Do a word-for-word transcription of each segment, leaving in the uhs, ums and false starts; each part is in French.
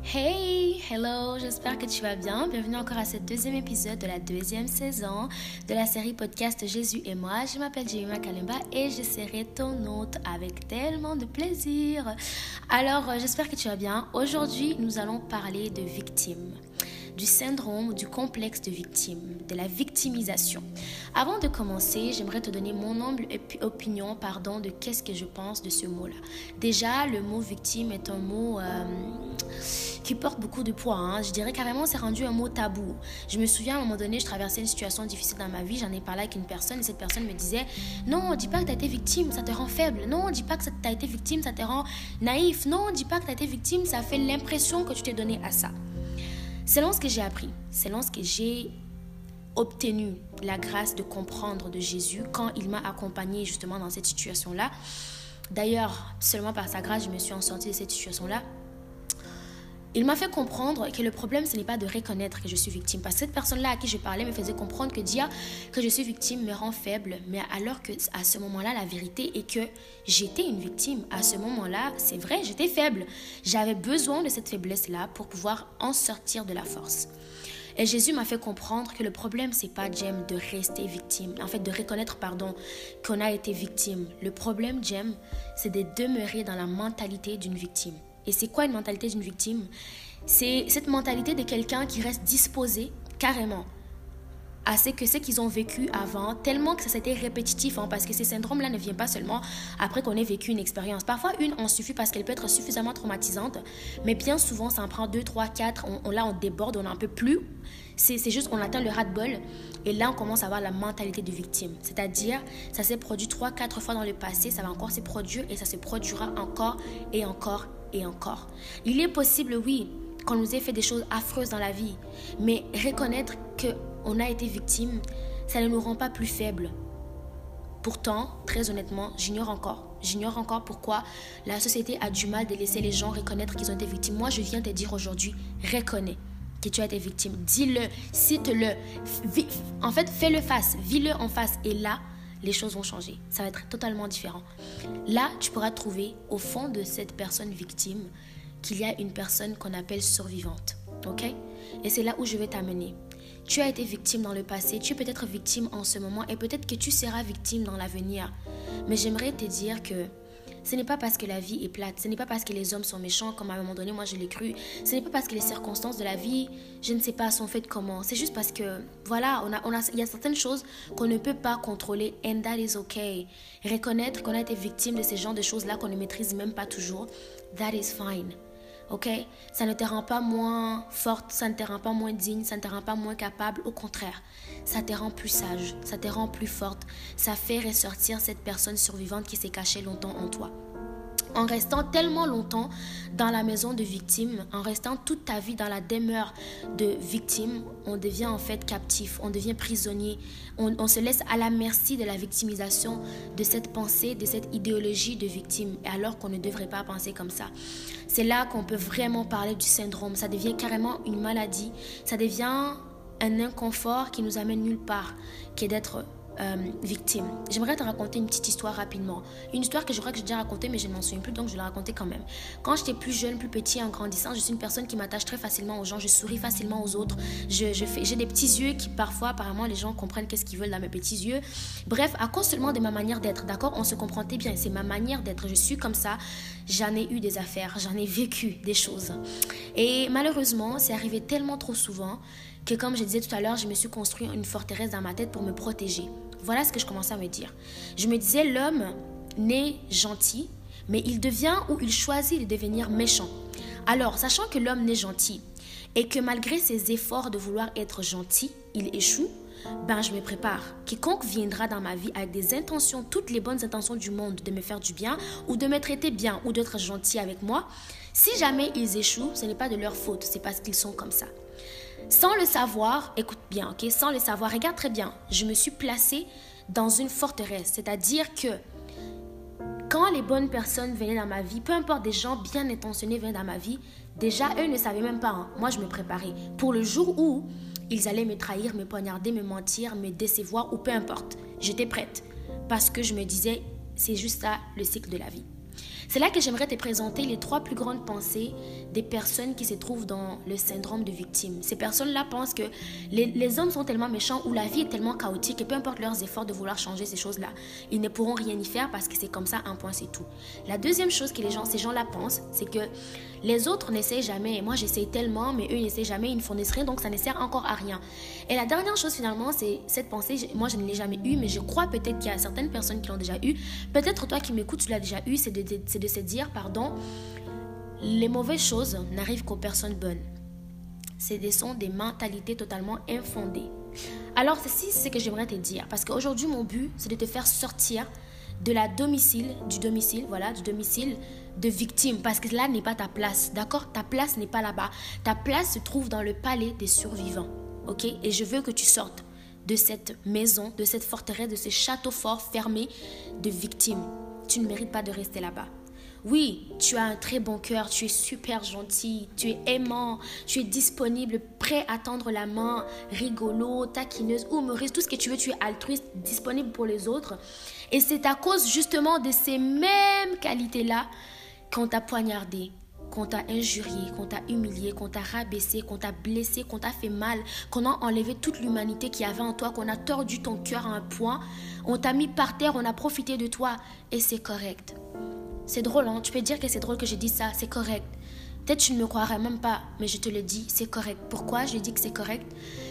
Hey, hello, j'espère que tu vas bien. Bienvenue encore à ce deuxième épisode de la deuxième saison de la série podcast Jésus et moi. Je m'appelle Jemima Kalimba et je serai ton hôte avec tellement de plaisir. Alors, j'espère que tu vas bien. Aujourd'hui, nous allons parler de victimes, du syndrome, du complexe de victime, de la victimisation. Avant de commencer, j'aimerais te donner mon humble opinion pardon, de qu'est-ce que je pense de ce mot-là. Déjà, le mot victime est un mot euh, qui porte beaucoup de poids. Hein. Je dirais carrément c'est rendu un mot tabou. Je me souviens à un moment donné, je traversais une situation difficile dans ma vie, j'en ai parlé avec une personne et cette personne me disait « Non, dis pas que tu as été victime, ça te rend faible. Non, dis pas que tu as été victime, ça te rend naïf. Non, dis pas que tu as été victime, ça fait l'impression que tu t'es donné à ça. » Selon ce que j'ai appris, selon ce que j'ai obtenu la grâce de comprendre de Jésus quand il m'a accompagné justement dans cette situation-là, d'ailleurs, seulement par sa grâce, je me suis en sortie de cette situation-là, il m'a fait comprendre que le problème, ce n'est pas de reconnaître que je suis victime. Parce que cette personne-là à qui je parlais me faisait comprendre que dire que je suis victime me rend faible. Mais alors qu'à ce moment-là, la vérité est que j'étais une victime. À ce moment-là, c'est vrai, j'étais faible. J'avais besoin de cette faiblesse-là pour pouvoir en sortir de la force. Et Jésus m'a fait comprendre que le problème, c'est pas, Jem, de rester victime. En fait, de reconnaître, pardon, qu'on a été victime. Le problème, Jem, c'est de demeurer dans la mentalité d'une victime. Et c'est quoi une mentalité d'une victime? C'est cette mentalité de quelqu'un qui reste disposé carrément à ce que ce qu'ils ont vécu avant, tellement que ça s'était répétitif, hein, parce que ces syndromes-là ne viennent pas seulement après qu'on ait vécu une expérience. Parfois, une en suffit parce qu'elle peut être suffisamment traumatisante, mais bien souvent, ça en prend deux, trois, quatre, on, on, là, on déborde, on n'en peut plus. C'est, c'est juste, on atteint le ras-de-bol, et là, on commence à avoir la mentalité de victime. C'est-à-dire, ça s'est produit trois, quatre fois dans le passé, ça va encore se produire, et ça se produira encore et encore et encore. Il est possible, oui, qu'on nous ait fait des choses affreuses dans la vie, mais reconnaître qu'on a été victime, ça ne nous rend pas plus faibles. Pourtant, très honnêtement, j'ignore encore. J'ignore encore pourquoi la société a du mal de laisser les gens reconnaître qu'ils ont été victimes. Moi, je viens te dire aujourd'hui, reconnais que tu as été victime. Dis-le, cite-le. En fait, fais-le face, vis-le en face. Et là, les choses vont changer. Ça va être totalement différent. Là, tu pourras trouver au fond de cette personne victime qu'il y a une personne qu'on appelle survivante. Ok? Et c'est là où je vais t'amener. Tu as été victime dans le passé, tu es peut-être victime en ce moment et peut-être que tu seras victime dans l'avenir. Mais j'aimerais te dire que ce n'est pas parce que la vie est plate, ce n'est pas parce que les hommes sont méchants, comme à un moment donné, moi je l'ai cru. Ce n'est pas parce que les circonstances de la vie, je ne sais pas, sont faites comment. C'est juste parce que, voilà, on a, on a, il y a certaines choses qu'on ne peut pas contrôler and that is okay. Reconnaître qu'on a été victime de ces genres de choses-là qu'on ne maîtrise même pas toujours, that is fine. Ok, ça ne te rend pas moins forte, ça ne te rend pas moins digne, ça ne te rend pas moins capable. Au contraire, ça te rend plus sage, ça te rend plus forte. Ça fait ressortir cette personne survivante qui s'est cachée longtemps en toi. En restant tellement longtemps dans la maison de victime, en restant toute ta vie dans la demeure de victime, on devient en fait captif, on devient prisonnier, on, on se laisse à la merci de la victimisation, de cette pensée, de cette idéologie de victime, alors qu'on ne devrait pas penser comme ça. C'est là qu'on peut vraiment parler du syndrome, ça devient carrément une maladie, ça devient un inconfort qui nous amène nulle part, qui est d'être Euh, victime. J'aimerais te raconter une petite histoire rapidement. Une histoire que je crois que j'ai déjà racontée, mais je ne m'en souviens plus, donc je vais la raconter quand même. Quand j'étais plus jeune, plus petit, en grandissant, je suis une personne qui m'attache très facilement aux gens. Je souris facilement aux autres. Je, je fais, j'ai des petits yeux qui, parfois, apparemment, les gens comprennent qu'est-ce qu'ils veulent dans mes petits yeux. Bref, à cause seulement de ma manière d'être, d'accord? On se comprendait bien. C'est ma manière d'être. Je suis comme ça. J'en ai eu des affaires. J'en ai vécu des choses. Et malheureusement, c'est arrivé tellement trop souvent que, comme je disais tout à l'heure, je me suis construit une forteresse dans ma tête pour me protéger. Voilà ce que je commençais à me dire. Je me disais, l'homme naît gentil, mais il devient ou il choisit de devenir méchant. Alors, sachant que l'homme naît gentil et que malgré ses efforts de vouloir être gentil, il échoue, ben je me prépare. Quiconque viendra dans ma vie avec des intentions, toutes les bonnes intentions du monde de me faire du bien ou de me traiter bien ou d'être gentil avec moi, si jamais ils échouent, ce n'est pas de leur faute, c'est parce qu'ils sont comme ça. Sans le savoir, écoute bien, ok, sans le savoir, regarde très bien, je me suis placée dans une forteresse, c'est-à-dire que quand les bonnes personnes venaient dans ma vie, peu importe des gens bien intentionnés venaient dans ma vie, déjà eux ne savaient même pas, hein, moi je me préparais pour le jour où ils allaient me trahir, me poignarder, me mentir, me décevoir ou peu importe, j'étais prête parce que je me disais c'est juste ça le cycle de la vie. C'est là que j'aimerais te présenter les trois plus grandes pensées des personnes qui se trouvent dans le syndrome de victime. Ces personnes-là pensent que les, les hommes sont tellement méchants ou la vie est tellement chaotique et peu importe leurs efforts de vouloir changer ces choses-là, ils ne pourront rien y faire parce que c'est comme ça, un point, c'est tout. La deuxième chose que les gens, ces gens-là pensent, c'est que les autres n'essayent jamais. Moi, j'essaye tellement, mais eux, ils n'essayent jamais, ils ne fournissent rien, donc ça ne sert encore à rien. Et la dernière chose, finalement, c'est cette pensée, moi, je ne l'ai jamais eue, mais je crois peut-être qu'il y a certaines personnes qui l'ont déjà eue. Peut-être toi qui m'écoutes, tu l'as déjà eu, c'est de, de, c'est de se dire, pardon, les mauvaises choses n'arrivent qu'aux personnes bonnes. Ce sont des mentalités totalement infondées. Alors, ceci, c'est ce que j'aimerais te dire, parce qu'aujourd'hui, mon but, c'est de te faire sortir de la domicile, du domicile, voilà, du domicile de victime, parce que là n'est pas ta place, d'accord? Ta place n'est pas là-bas. Ta place se trouve dans le palais des survivants, ok? Et je veux que tu sortes de cette maison, de cette forteresse, de ce château fort fermé de victimes. Tu ne mérites pas de rester là-bas. Oui, tu as un très bon cœur, tu es super gentil, tu es aimant, tu es disponible, prêt à tendre la main, rigolo, taquineuse, humoriste, tout ce que tu veux, tu es altruiste, disponible pour les autres. Et c'est à cause justement de ces mêmes qualités-là qu'on t'a poignardé, qu'on t'a injurié, qu'on t'a humilié, qu'on t'a rabaissé, qu'on t'a blessé, qu'on t'a fait mal, qu'on a enlevé toute l'humanité qu'il y avait en toi, qu'on a tordu ton cœur à un point, on t'a mis par terre, on a profité de toi et c'est correct. C'est drôle, hein? Tu peux dire que c'est drôle que je dis ça, c'est correct. Peut-être tu ne me croirais même pas, mais je te le dis, c'est correct. Pourquoi je dis que c'est correct?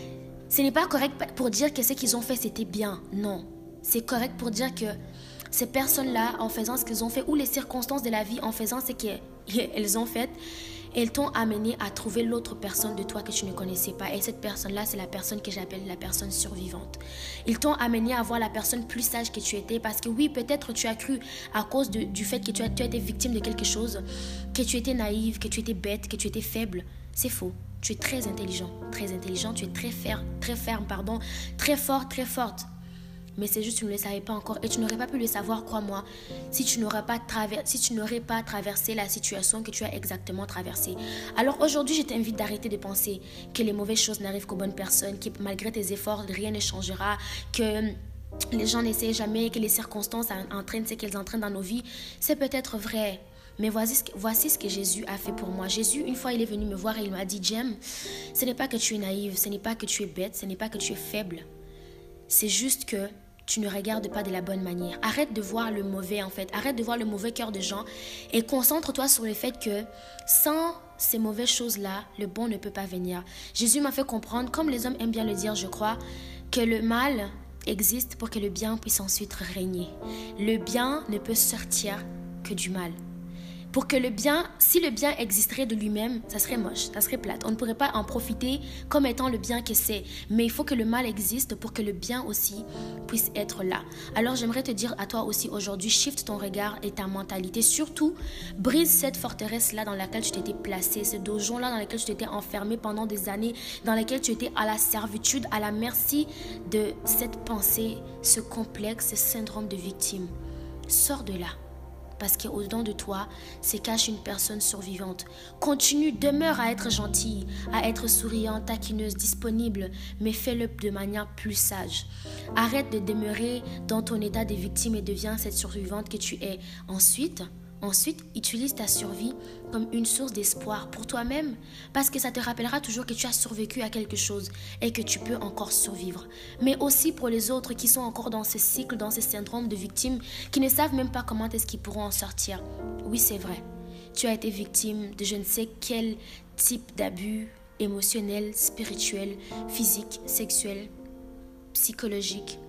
Ce n'est pas correct pour dire que ce qu'ils ont fait, c'était bien. Non. C'est correct pour dire que ces personnes-là, en faisant ce qu'ils ont fait, ou les circonstances de la vie, en faisant ce qu'elles ont fait, elles t'ont amené à trouver l'autre personne de toi que tu ne connaissais pas. Et cette personne-là, c'est la personne que j'appelle la personne survivante. Ils t'ont amené à voir la personne plus sage que tu étais. Parce que oui, peut-être tu as cru à cause de, du fait que tu as, tu as été victime de quelque chose, que tu étais naïve, que tu étais bête, que tu étais faible. C'est faux. Tu es très intelligent, très intelligent. Tu es très ferme, très ferme, pardon, très fort, très forte. Mais c'est juste que tu ne le savais pas encore et tu n'aurais pas pu le savoir, crois-moi, si tu n'aurais pas, traver- si tu n'aurais pas traversé la situation que tu as exactement traversée. Alors aujourd'hui, je t'invite d'arrêter de penser que les mauvaises choses n'arrivent qu'aux bonnes personnes, que malgré tes efforts, rien ne changera, que les gens n'essayent jamais, que les circonstances entraînent ce qu'elles entraînent dans nos vies. C'est peut-être vrai. Mais voici ce, que, voici ce que Jésus a fait pour moi. Jésus, une fois, il est venu me voir et il m'a dit, Jem, ce n'est pas que tu es naïve, ce n'est pas que tu es bête, ce n'est pas que tu es faible. C'est juste que tu ne regardes pas de la bonne manière. Arrête de voir le mauvais en fait. Arrête de voir le mauvais cœur des gens et concentre-toi sur le fait que sans ces mauvaises choses-là, le bon ne peut pas venir. Jésus m'a fait comprendre, comme les hommes aiment bien le dire, je crois, que le mal existe pour que le bien puisse ensuite régner. Le bien ne peut sortir que du mal. Pour que le bien, si le bien existerait de lui-même, ça serait moche, ça serait plate. On ne pourrait pas en profiter comme étant le bien que c'est. Mais il faut que le mal existe pour que le bien aussi puisse être là. Alors j'aimerais te dire à toi aussi aujourd'hui, shift ton regard et ta mentalité. Surtout, brise cette forteresse-là dans laquelle tu t'étais placé, ce donjon-là dans lequel tu t'étais enfermé pendant des années, dans lequel tu étais à la servitude, à la merci de cette pensée, ce complexe, ce syndrome de victime. Sors de là. Parce qu'au-dedans de toi se cache une personne survivante. Continue, demeure à être gentille, à être souriante, taquineuse, disponible, mais fais-le de manière plus sage. Arrête de demeurer dans ton état de victime et deviens cette survivante que tu es. Ensuite, ensuite, utilise ta survie comme une source d'espoir pour toi-même, parce que ça te rappellera toujours que tu as survécu à quelque chose et que tu peux encore survivre. Mais aussi pour les autres qui sont encore dans ce cycle, dans ce syndrome de victime, qui ne savent même pas comment est-ce qu'ils pourront en sortir. Oui, c'est vrai. Tu as été victime de je ne sais quel type d'abus émotionnel, spirituel, physique, sexuel, psychologique.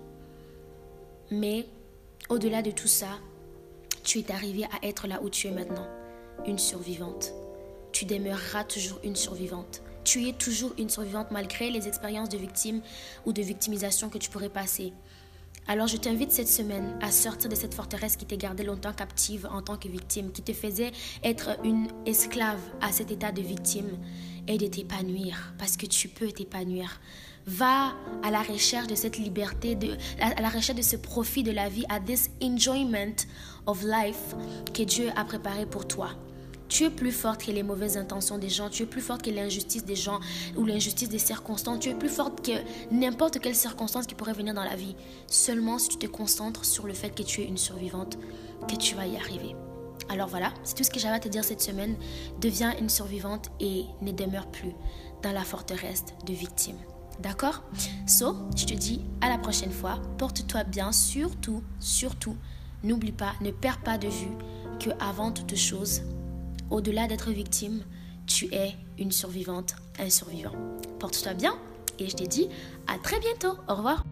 Mais au-delà de tout ça, tu es arrivé à être là où tu es maintenant, une survivante. Tu demeureras toujours une survivante. Tu es toujours une survivante malgré les expériences de victime ou de victimisation que tu pourrais passer. Alors je t'invite cette semaine à sortir de cette forteresse qui t'a gardé longtemps captive en tant que victime, qui te faisait être une esclave à cet état de victime, et de t'épanouir, parce que tu peux t'épanouir. Va à la recherche de cette liberté, de, à la recherche de ce profit de la vie, à this enjoyment of life que Dieu a préparé pour toi. Tu es plus forte que les mauvaises intentions des gens, tu es plus forte que l'injustice des gens ou l'injustice des circonstances, tu es plus forte que n'importe quelle circonstance qui pourrait venir dans la vie. Seulement si tu te concentres sur le fait que tu es une survivante, que tu vas y arriver. Alors voilà, c'est tout ce que j'avais à te dire cette semaine. Deviens une survivante et ne demeure plus dans la forteresse de victime. D'accord? So, je te dis à la prochaine fois. Porte-toi bien, surtout, surtout. N'oublie pas, ne perds pas de vue qu'avant toute chose, au-delà d'être victime, tu es une survivante, un survivant. Porte-toi bien et je te dis à très bientôt. Au revoir.